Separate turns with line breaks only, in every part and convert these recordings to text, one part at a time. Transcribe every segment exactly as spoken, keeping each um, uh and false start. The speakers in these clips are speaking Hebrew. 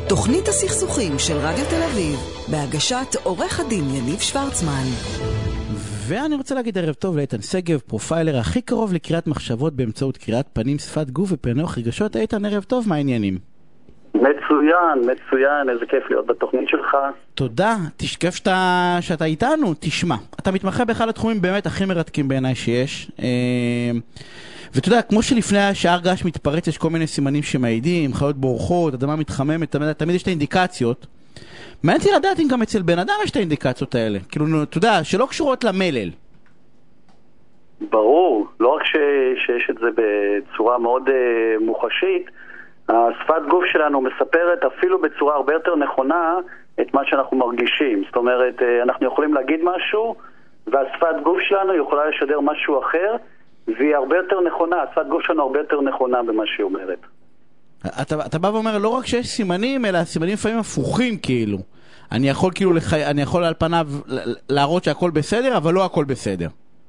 תוכנית הסכסוכים של רדיו תל אביב, בהגשת עורך הדין יניב שוורצמן.
ואני רוצה להגיד ערב טוב לאיתן סגב, פרופיילר הכי קרוב לקריאת מחשבות באמצעות קריאת פנים, שפת גוף ופענוח רגשות. איתן, ערב טוב, מה העניינים?
מצוין, מצוין, איזה כיף להיות בתוכנית שלך.
תודה, תשכף שאתה, שאתה איתנו. תשמע, אתה מתמחה באחד התחומים באמת הכי מרתקים בעיניי שיש, ואתה יודע, כמו שלפני השער געש מתפרץ, יש כל מיני סימנים שמעידים, חיות בורחות, אדמה מתחממת, תמיד, תמיד יש את האינדיקציות. מעניין אותי לדעת אם גם אצל בן אדם יש את האינדיקציות האלה, כאילו, אתה יודע, שלא קשורות למלל.
ברור, לא רק ש, שיש את זה בצורה מאוד uh, מוחשית, השפת גוף שלנו מספרת אפילו בצורה הרבה יותר נכונה את מה שאנחנו מרגישים. זאת אומרת, uh, אנחנו יכולים להגיד משהו, והשפת גוף שלנו יכולה לשדר משהו אחר, והיא הרבה יותר נכונה, השפת גוף שלנו הרבה יותר נכונה במה שהיא אומרת.
אתה, אתה בא ואומר, לא רק שיש סימנים, אלא סימנים לפעמים הפוכים כאילו. אני יכול כאילו, לח... אני יכול על פניו להראות שהכל בסדר, אבל לא הכל בסדר.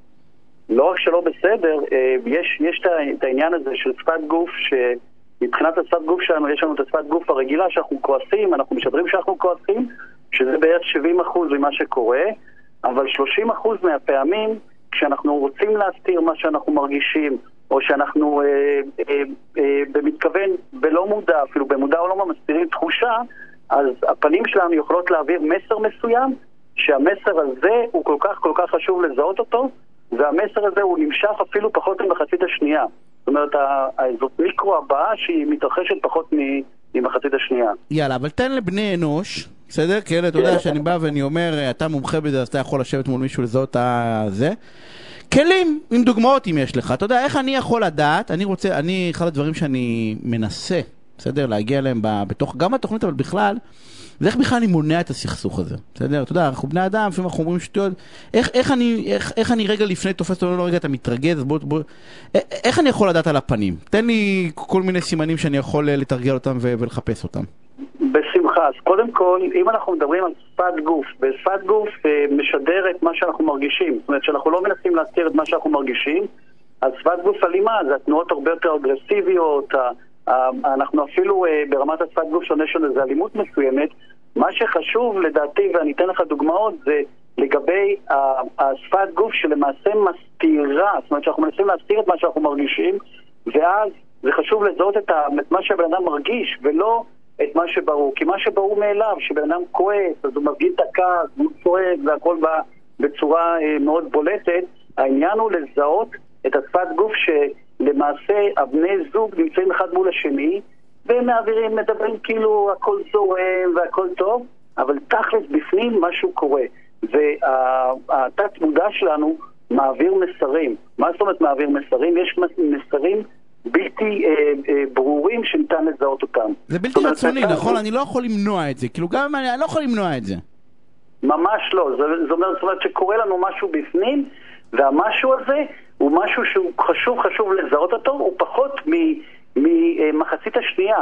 לא רק שלא בסדר, יש, יש את העניין הזה של שפת גוף, שמבחינת השפת גוף שלנו, יש לנו את השפת גוף הרגילה שאנחנו כועסים, אנחנו משדרים שאנחנו כועסים, שזה בערך שבעים אחוז ממה שקורה, אבל שלושים אחוז מהפעמים, כשאנחנו רוצים להסתיר מה שאנחנו מרגישים, או שאנחנו אה, אה, אה, במתכוון, בלא מודע, אפילו במודע או לא מסתירים תחושה, אז הפנים שלנו יכולות להעביר מסר מסוים, שהמסר הזה הוא כל כך כל כך חשוב לזהות אותו, והמסר הזה הוא נמשך אפילו פחות ממחצית השנייה. זאת אומרת, זאת מיקרו הבאה שהיא מתרחשת פחות ממחצית השנייה.
יאללה, אבל תן לבני אנוש, בסדר? כאלה, אתה יודע שאני בא ואני אומר, אתה מומחה בזה, אז אתה יכול לשבת מול מישהו לזהות את זה. כלים, עם דוגמאות אם יש לך. אתה יודע, איך אני יכול לדעת, אני רוצה, אני, אחד הדברים שאני מנסה, בסדר? להגיע אליהם בתוך, גם בתוכנית, אבל בכלל, זה איך בכלל אני מונע את הסכסוך הזה, בסדר? אתה יודע, אנחנו בני אדם, לפעמים אנחנו אומרים שטויות, איך, איך אני, איך, איך אני רגע לפני תופס, אתה אומר לו, רגע, אתה מתרגז, בוא, בוא, איך אני יכול לדעת על הפנים? תן לי כל מיני סימנים שאני יכול לתרגל אותם ולחפש אותם.
בשמחה. אז קודם כל, אם אנחנו מדברים על שפת גוף, בשפת גוף משדר את מה שאנחנו מרגישים. זאת אומרת, שאנחנו לא מנסים להסתיר את מה שאנחנו מרגישים, אז שפת גוף אלימה, זה התנועות הרבה יותר אגרסיביות, אנחנו אפילו ברמת השפת גוף שונה שונה, זה אלימות מסוימת. מה שחשוב לדעתי, ואני אתן לך דוגמאות, זה לגבי השפת גוף שלמעשה מסתירה, זאת אומרת שאנחנו מנסים להסתיר את מה שאנחנו מרגישים, ואז זה חשוב לזהות את מה שהבן אדם מרגיש, ולא את מה שברור. כי מה שברור מאליו, שבן אדם כועס, אז הוא מרגיש את הכעס, הוא צועק, והכל בא בצורה מאוד בולטת. העניין הוא לזהות את השפת גוף שלמעשה הבני זוג נמצאים אחד מול השני, והם מעבירים, מדברים כאילו הכל זורם והכל טוב, אבל תכלס בפנים משהו קורה. והתת מודע שלנו מעביר מסרים. מה זאת אומרת מעביר מסרים? יש מסרים בלתי אה, אה, ברורים שניתן לזהות אותם.
זה בלתי רצוני, נכון? אני לא יכול למנוע את זה. כאילו גם אני, אני לא יכול למנוע את זה. ממש
לא. זה, זה אומר, זאת אומרת שקורה לנו משהו בפנים, והמשהו הזה הוא משהו שהוא חשוב, חשוב לזהות אותו, הוא פחות ממחצית השנייה.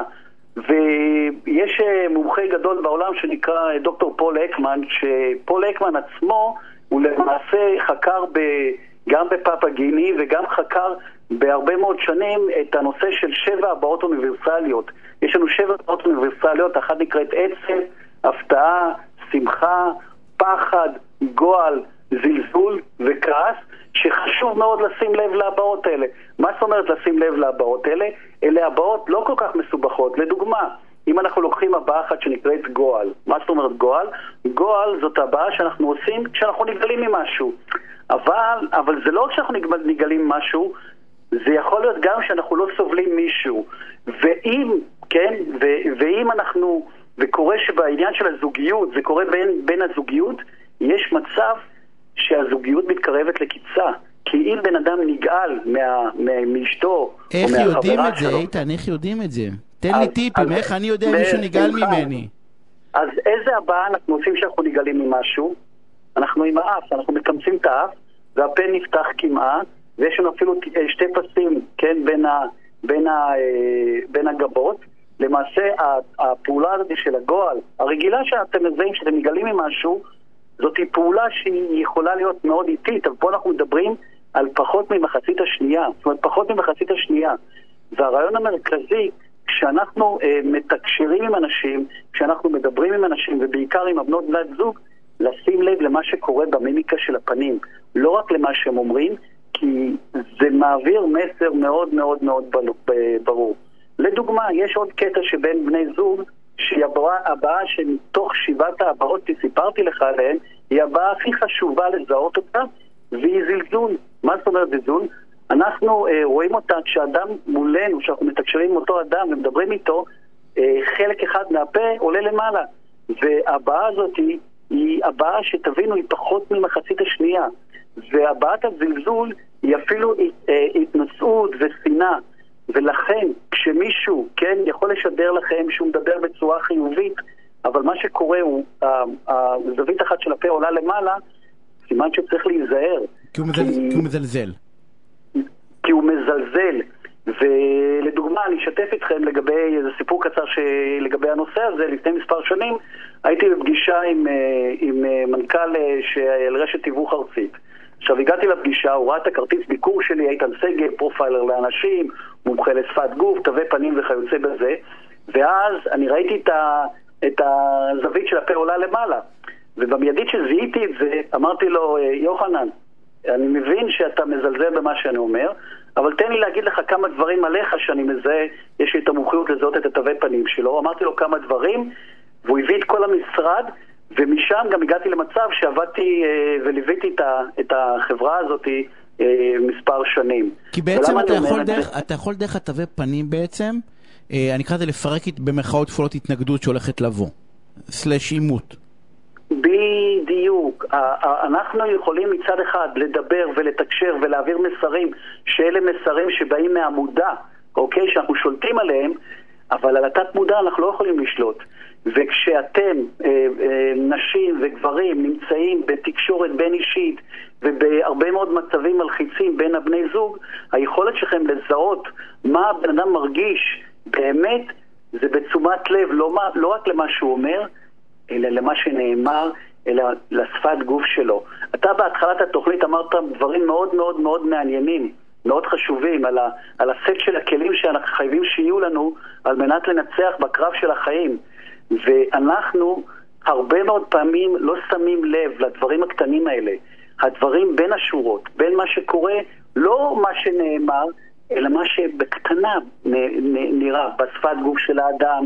ויש מומחה גדול בעולם שנקרא דוקטור פול אקמן, שפול אקמן עצמו הוא למעשה חקר ב, גם בפאפה גיני וגם חקר בהרבה מאוד שנים את הנושא של שבע הבעות אוניברסליות. יש לנו שבע הבעות אוניברסליות, אחת נקראת עצב, הפתעה, שמחה, פחד, גועל, זלזול וכעס, שחשוב מאוד לשים לב להבעות האלה. מה זאת אומרת לשים לב להבעות האלה? אלה הבעות לא כל כך מסובכות. לדוגמה, אם אנחנו לוקחים הבעה אחת שנקראת גועל. מה זאת אומרת גועל? גועל זאת הבעה שאנחנו עושים כשאנחנו נגלים ממשהו. אבל, אבל זה לא כשאנחנו נגלים משהו, זה יכול להיות גם שאנחנו לא סובלים מישהו. ואם, כן, ו, ואם אנחנו, וקורה שבעניין של הזוגיות, זה קורה בין, בין הזוגיות, יש מצב שהזוגיות מתקרבת לקיצה. כי אם בן אדם נגעל מה, מה, מאשתו,
איך יודעים את זה, איתן? איך יודעים את זה? תן לי טיפים, איך אני יודע אם מישהו נגעל ממני?
אז איזה הבאה אנחנו עושים שאנחנו נגעלים ממשהו? אנחנו עם האף, אנחנו מקמצים את האף, והפה נפתח כמעט, ויש לנו אפילו שתי פסים, כן, בין, ה, בין, ה, בין הגבות. למעשה, הפעולה הזאת של הגועל, הרגילה שאתם מזהים שאתם נגעלים ממשהו, זאת היא פעולה שהיא יכולה להיות מאוד איטית, אבל פה אנחנו מדברים על פחות ממחצית השנייה, זאת אומרת פחות ממחצית השנייה. והרעיון המרכזי כשאנחנו אה, מתקשרים עם אנשים, כשאנחנו מדברים עם אנשים, ובעיקר עם הבנות בנות זוג, לשים לב למה שקורה במימיקה של הפנים, לא רק למה שהם אומרים, כי זה מעביר מסר מאוד מאוד מאוד ברור. לדוגמה, יש עוד קטע שבין בני זוג, שהיא הבאה, הבאה שמתוך שבעת הבאות שסיפרתי לך עליהן, היא הבאה הכי חשובה לזהות אותה, והיא זלזול. מה זאת אומרת זלזול? אנחנו אה, רואים אותה כשאדם מולנו, כשאנחנו מתקשרים עם אותו אדם ומדברים איתו, אה, חלק אחד מהפה עולה למעלה. והבאה הזאת היא, היא הבאה שתבינו היא פחות ממחצית השנייה. והבאת הזלזול היא אפילו אה, התנשאות ושנאה. ולכן כשמישהו כן יכול לשדר לכם שהוא מדבר בצורה חיובית, אבל מה שקורה הוא הזווית אחת של הפה עולה למעלה, סימן שצריך להיזהר.
כי הוא, מזל... כי... כי הוא מזלזל.
כי הוא מזלזל. ולדוגמה אני אשתף איתכם לגבי איזה סיפור קצר לגבי הנושא הזה. לפני מספר שנים הייתי בפגישה עם, עם מנכ"ל של רשת תיווך ארצית. עכשיו הגעתי לפגישה, הוא ראה את הכרטיס ביקור שלי, איתן סגל, פרופיילר לאנשים, מומחה לשפת גוף, תווי פנים וכיוצא בזה, ואז אני ראיתי את, ה, את הזווית של הפה עולה למעלה, ובמיידית שזיהיתי את זה, אמרתי לו, יוחנן, אני מבין שאתה מזלזל במה שאני אומר, אבל תן לי להגיד לך כמה דברים עליך שאני מזהה, יש לי את המומחיות לזהות את התווי פנים שלו, אמרתי לו כמה דברים, והוא הביא את כל המשרד, ומשם גם הגעתי למצב שעבדתי וליוויתי את החברה הזאת מספר שנים.
כי בעצם אתה יכול דרך, אתה יכול דרך התווי פנים בעצם, אני קרא את זה לפרק במרכאות כפולות התנגדות שהולכת לבוא, סלש אימות.
בדיוק. אנחנו יכולים מצד אחד לדבר ולתקשר ולהעביר מסרים, שאלה מסרים שבאים מהמודע, אוקיי? שאנחנו שולטים עליהם, אבל על התת מודע אנחנו לא יכולים לשלוט. וכשאתם, אה, אה, נשים וגברים, נמצאים בתקשורת בין אישית ובהרבה מאוד מצבים מלחיצים בין הבני זוג, היכולת שלכם לזהות מה הבן אדם מרגיש באמת, זה בתשומת לב, לא, מה, לא רק למה שהוא אומר, אלא למה שנאמר, אלא לשפת גוף שלו. אתה בהתחלת התוכנית אמרת דברים מאוד מאוד מאוד מעניינים, מאוד חשובים, על, ה, על הסט של הכלים שאנחנו חייבים שיהיו לנו על מנת לנצח בקרב של החיים. ואנחנו הרבה מאוד פעמים לא שמים לב לדברים הקטנים האלה, הדברים בין השורות, בין מה שקורה, לא מה שנאמר, אלא מה שבקטנה נראה בשפת גוף של האדם,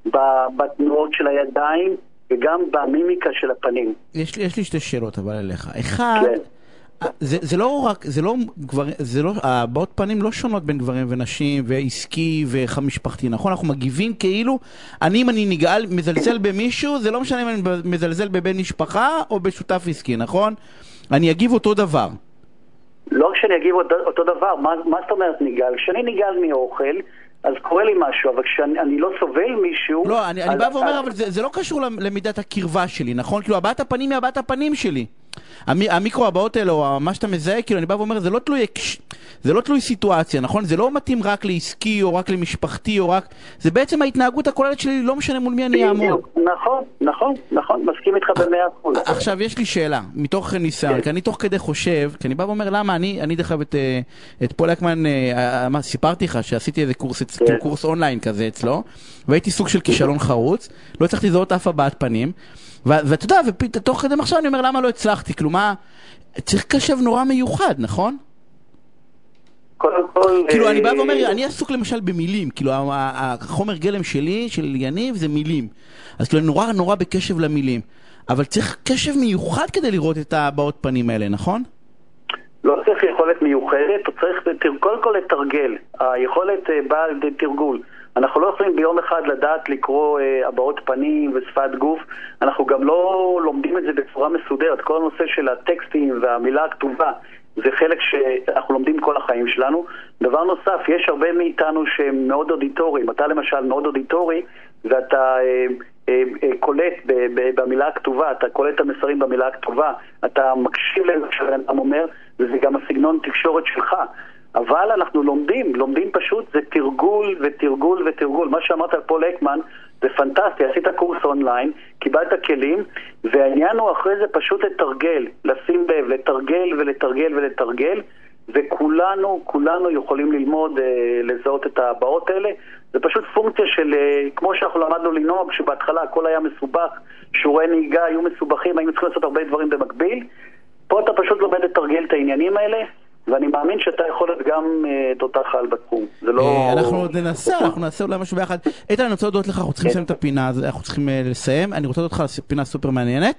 בתנועות של הידיים וגם במימיקה של הפנים.
יש לי, יש לי שתי שאלות אבל אליך. אחד, כן. זה, זה לא רק, זה לא, גבר, זה לא, הבעות פנים לא שונות בין גברים ונשים ועסקי ומשפחתי, נכון? אנחנו מגיבים כאילו, אני אם אני נגעל, מזלזל במישהו, זה לא משנה אם אני מזלזל בבן משפחה או בשותף עסקי, נכון? אני אגיב אותו דבר.
לא כשאני אגיב אותו, אותו דבר, מה, מה זאת אומרת נגעל? כשאני נגעל מאוכל, אז קורה לי משהו, אבל כשאני לא סובל מישהו...
לא, אני, אני בא ואומר, אבל זה, זה לא קשור למידת הקרבה שלי, נכון? כאילו, הבעת הפנים היא הבעת הפנים שלי. המיקרו הבאות האלה, או מה שאתה מזהה, כאילו, אני בא ואומר, זה לא תלוי, זה לא תלוי סיטואציה, נכון? זה לא מתאים רק לעסקי, או רק למשפחתי, או רק... זה בעצם ההתנהגות הכוללת שלי, לא משנה מול מי אני אעמוד.
נכון, נכון, נכון, מסכים איתך במאה אחוז.
עכשיו, יש לי שאלה, מתוך ניסיון, כי אני תוך כדי חושב, כי אני בא ואומר, למה אני, אני דרך את, את פול אקמן, מה, סיפרתי לך שעשיתי איזה קורס, קורס אונליין כזה אצלו, והייתי סוג של כישלון חרוץ, לא הצלחתי לזהות אף הבעת פנים, ואתה יודע, ותוך כדי מחשב אני אומר, למה לא הצלחתי? כלומר, צריך קשב נורא מיוחד, נכון?
קודם כל...
כאילו, אני בא ואומר, אני עסוק למשל במילים, כאילו, החומר גלם שלי, של יניב, זה מילים. אז כאילו, נורא נורא בקשב למילים. אבל צריך קשב מיוחד כדי לראות את הבעות פנים האלה, נכון?
לא צריך יכולת מיוחדת, צריך קודם כל לתרגל. היכולת באה לידי תרגול. אנחנו לא יכולים ביום אחד לדעת לקרוא אה, הבעות פנים ושפת גוף, אנחנו גם לא לומדים את זה בצורה מסודרת. כל הנושא של הטקסטים והמילה הכתובה זה חלק שאנחנו לומדים כל החיים שלנו. דבר נוסף, יש הרבה מאיתנו שהם מאוד אודיטוריים. אתה למשל מאוד אודיטורי ואתה אה, אה, אה, קולט ב, ב, במילה הכתובה, אתה קולט את המסרים במילה הכתובה, אתה מקשיב למה שאדם אומר, וזה גם הסגנון תקשורת שלך. אבל אנחנו לומדים, לומדים פשוט, זה תרגול ותרגול ותרגול. מה שאמרת על פול אקמן זה פנטסטי, עשית קורס אונליין, קיבלת כלים, והעניין הוא אחרי זה פשוט לתרגל, לשים לב, לתרגל ולתרגל ולתרגל, וכולנו, כולנו יכולים ללמוד, אה, לזהות את הבאות האלה, זה פשוט פונקציה של, כמו שאנחנו למדנו לנהוג, שבהתחלה הכל היה מסובך, שיעורי נהיגה היו מסובכים, היינו צריכים לעשות הרבה דברים במקביל. פה אתה פשוט לומד לתרגל את העניינים האלה, ואני מאמין שאתה יכול להיות גם תותח על בתחום. זה לא...
אנחנו עוד ננסה, אנחנו נעשה אולי משהו ביחד. איתן, אני רוצה להודות לך, אנחנו צריכים לסיים את הפינה, אנחנו צריכים לסיים. אני רוצה להודות לך על פינה סופר מעניינת.